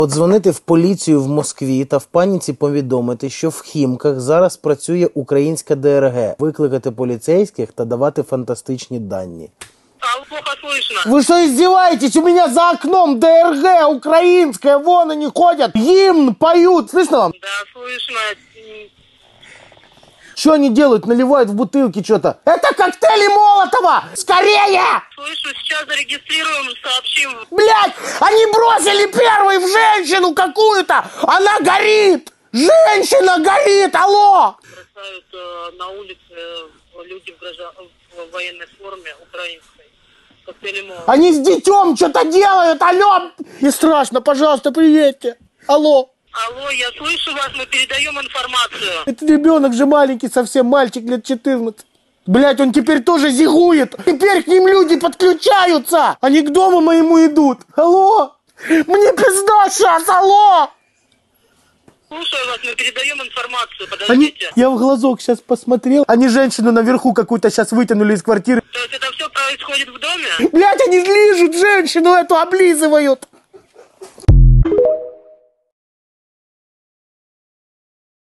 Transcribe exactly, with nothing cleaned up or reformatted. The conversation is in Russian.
Подзвонити в поліцію в Москві та в паніці повідомити, що в Хімках зараз працює українська ДРГ, викликати поліцейських та давати фантастичні дані. А, плохо слышно. Вы что, издеваетесь? У меня за окном ДРГ украинская, вон они ходят, гимн поют, слышно вам? Да, слышно. Что они делают? Наливают в бутылки что-то. Это коктейли Молотова! Скорее! Слышу, сейчас зарегистрируем, сообщим. Блять, они бросили первой в женщину какую-то! Она горит! Женщина горит! Алло! Бросают э, на улице э, люди в, граждан... в военной форме украинской. Коктейли Молотова. Они с детем что-то делают! Алло! Не страшно, пожалуйста, приедьте! Алло! Алло, я слышу вас, мы передаем информацию. Этот ребенок же маленький совсем, мальчик лет четырнадцать. Блять, он теперь тоже зигует. Теперь к ним люди подключаются. Они к дому моему идут. Алло! Мне пизда сейчас, алло! Слушаю вас, мы передаем информацию, Они... подождите. Я в глазок сейчас посмотрел. Они женщину наверху какую-то сейчас вытянули из квартиры. То есть это все происходит в доме? Блять, они лижут женщину эту, облизывают.